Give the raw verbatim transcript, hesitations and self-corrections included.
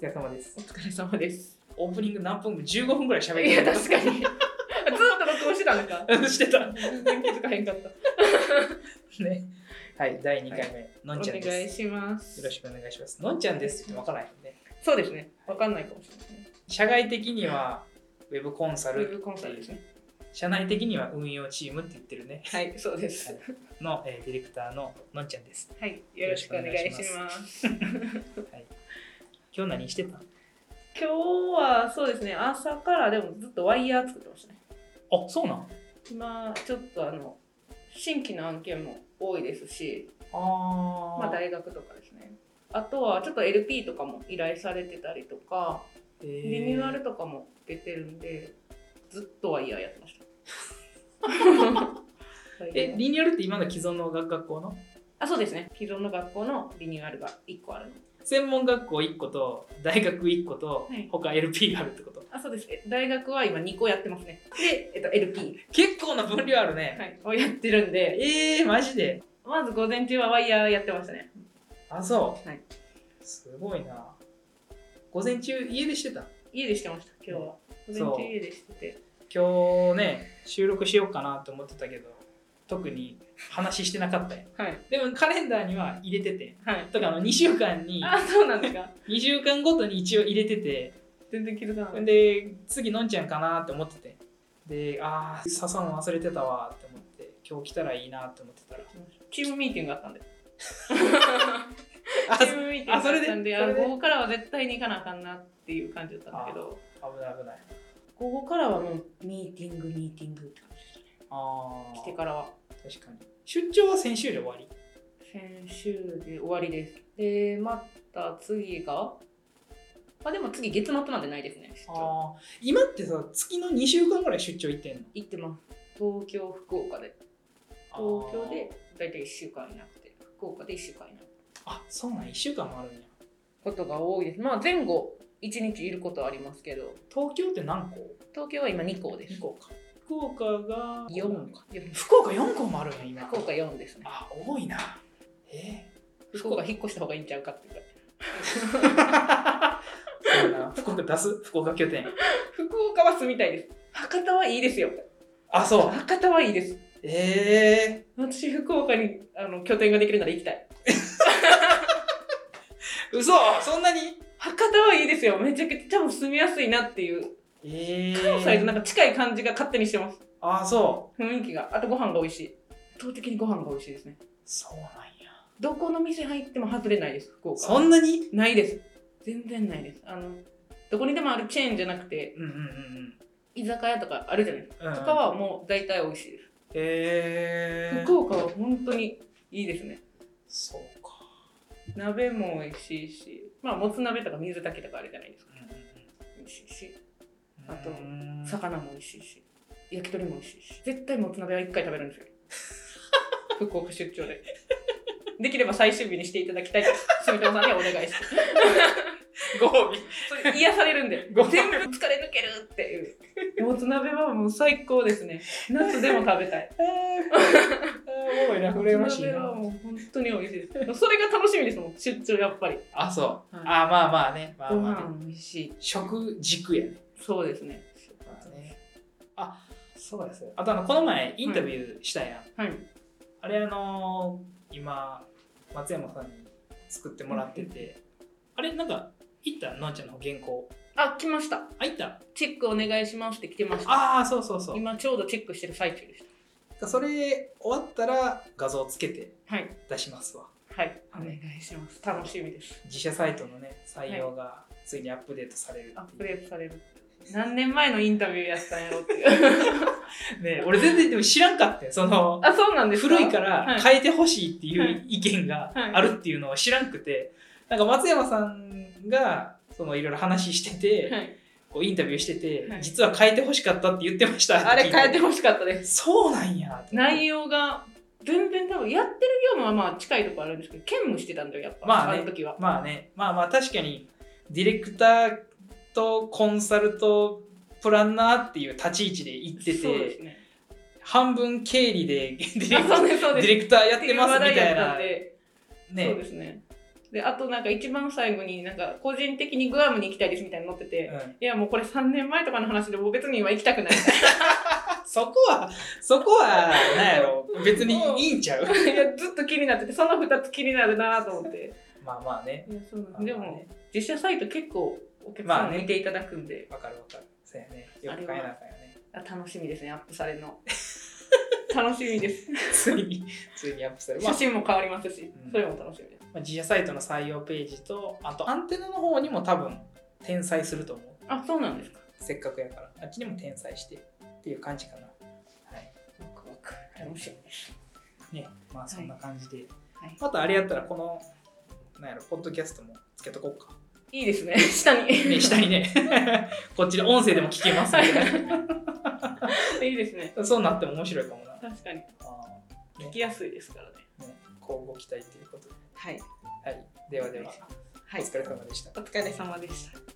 れ様です。 お疲れ様です。 オープニング何分じゅうごふんぐらい喋ってる。 いや確かにずっと録音してたんですか？ してた。 全然気づかへんかったね。はい、だいにかいめ、はい、のんちゃんです。 お願いします。 よろしくお願いします。のんちゃんですって言って分からないよね。 そうですね。分かんないかもしれないね。 社外的にはウェブコンサル。 ウェブコンサルですね。 社内的には運用チームって言ってるね。 はい、そうです。はい、 の、えー、ディレクターののんちゃんです。 はい、よろしくお願いします。はい、 今日何してた？ 今日はそうですね、朝からでもずっとワイヤー作ってましたね。 あ、そうなん？ 今ちょっとあの新規の案件も多いですし、 あまあ大学とかですね。あとはちょっと エルピー とかも依頼されてたりとか、リニューアルとかも出てるんで、ずっとワイヤーやってました。 え、リニューアルって今の既存の学校の？ あ、そうですね。既存の学校のリニューアルがいっこあるの。 専門学校いっこと大学いっこと、はい、他 エルピー があるってこと？ あ、そうです。大学は今にこやってますね。で、えっと、エルピー。 結構な分量あるね。 はい。をやってるんで。 えー、マジで？ まず午前中はワイヤーやってましたね。 あ、そう。 はい。 すごいな。午前中家でしてた？ 家でしてました、今日は。午前中家でしてて。 今日ね、収録しようかなと思ってたけど、特に話してなかったよ。 はい。 でもカレンダーには入れてて。 はい。 だからあのにしゅうかんに。 あ、そうなんですか。 にしゅうかんごとに一応入れてて。 全然気づかなかった。 で、次のんちゃんかなって思ってて。で、あー、刺さん忘れてたわって思って、今日来たらいいなって思ってたら。 チームミーティングがあったんで。チームミーティングがあったんで、あ、午後からは絶対に行かなあかんなっていう感じだったんだけど。 危ない危ない。 午後からはもうミーティングミーティングって感じでしたね。 ああ。 来てからは。 確かに。出張は先週で終わり？ 先週で終わりです。で、また次が、あ、でも次月末なんでないですね。出張。 あ、今ってさ、月のにしゅうかんぐらい出張行ってんの？ 行ってます。東京、福岡で。東京でだいたいいっしゅうかんいなくて、福岡でいっしゅうかんいなくて。 あ、そうなん、いっしゅうかんもあるんや。 ことが多いです。まあ前後いちにちいることはありますけど。 東京って何校？ 東京は今にこです。 にこか。福岡がよんか。 福岡よんこもあるんや、今。 福岡よんですね。 あ、多いな。えー、福岡引っ越した方がいいんちゃうかっていうか。 そうな、福岡出す？福岡拠点。 福岡は住みたいです。博多はいいですよ。 あ、そう。 博多はいいです。 ええー。 私、福岡にあの拠点ができるなら行きたい。 嘘？そんなに？ 博多はいいですよ。めちゃくちゃ多分住みやすいなっていう。 えー、 関西となんか近い感じが勝手にしてます。 ああ、そう。 雰囲気が。あとご飯が美味しい。圧倒的にご飯が美味しいですね。 そうなんや。 どこの店入っても外れないです、福岡。 そんなに？ ないです。全然ないです。あの、どこにでもあるチェーンじゃなくて、 うんうんうん、 居酒屋とかあるじゃないですか。うん、とかはもう大体美味しいです。 へえー。 福岡は本当にいいですね。 そうか。 鍋も美味しいし、まあもつ鍋とか水炊きとかあるじゃないですか。うんうんうん、美味しいし、あと魚も美味しいし、焼き鳥も美味しいし、絶対もつ鍋はいっかい食べるんですよ。福岡出張で。できれば最終日にしていただきたいです。住友さんにはお願いします。 ご褒美。 それ癒されるんで、全部疲れ抜けるっていう。もつ鍋はもう最高ですね。夏でも食べたい。 おもろいな、羨ましいな。 もつ鍋はもう本当に美味しいです。それが楽しみですもん、出張やっぱり。 あ、そう。はい、あ、まあまあね。まあまあね、 ご飯美味しい。 食軸やね。そうですね。まあね。あ、そうです。あとあの、この前インタビューしたやん。 はい。はい、 あれあのー、今、松山さんに作ってもらってて、うん、あれなんか、行ったのんちゃんの原稿。 あ、来ました。 あ、行った。 チェックお願いしますって来てました。 ああ、そうそうそう。 今ちょうどチェックしてる最中でした。 それ終わったら画像つけて出しますわ。 はい、はい、お願いします。楽しみです。 自社サイトのね、採用がついにアップデートされる。 アップデートされる。何年前のインタビューやったんやろっていう。 ね、俺全然でも知らんかったよ。その、 あ、そうなんですか？ 古いから変えてほしいっていう意見があるっていうのを知らんくて、なんか松山さんがそのいろいろ話してて、はい、こうインタビューしてて、はい、実は変えてほしかったって言ってました。 あれ変えてほしかったです。 そうなんや。 内容が全然多分やってる業務はまあ近いところあるんですけど、兼務してたんだよやっぱ。 まあね、 あの時は。 まあね、まあまあ確かにディレクターとコンサルとプランナーっていう立ち位置で行ってて、そうですね、半分経理でディレクターやってますみたいな。 ね、そうですね。 であとなんか一番最後になんか個人的にグアムに行きたいですみたいに載ってて、うん、いやもうこれさんねんまえとかの話でもう別に今行きたくないそこはそこはなんやろ別にいいんちゃういやずっと気になっててそのふたつ気になるなと思ってまあまあね。 いやそうなん、まあまあね、でも実写サイト結構お客さん見ていただくんで、 わ、まあね、かるわかる。そうやね。よく買えなあかんよね。 楽しみですね、アップされるの。楽しみです。 ついに、ついにアップされる。 写真も変わりますし、うん、それも楽しみです。 まあ、自社サイトの採用ページと、あとアンテナの方にも多分転載すると思う。 あ、そうなんですか。 せっかくやから。あっちにも転載してっていう感じかな。はい。 ワクワク。楽しみです。 ね、まあそんな感じで。 はい、 またあれやったらこの、なんやろ、ポッドキャストもつけとこうか。 いいですね、下に。 ね、下にね。こっちで音声でも聞けますみたいな。 いいですね。 そうなっても面白いかもな。 確かに。 あ、 ね、聞きやすいですからね。 ね、こうご期待ということで。 はい。 はい。ではでは、はい、お疲れ様でした。 お疲れ様でした。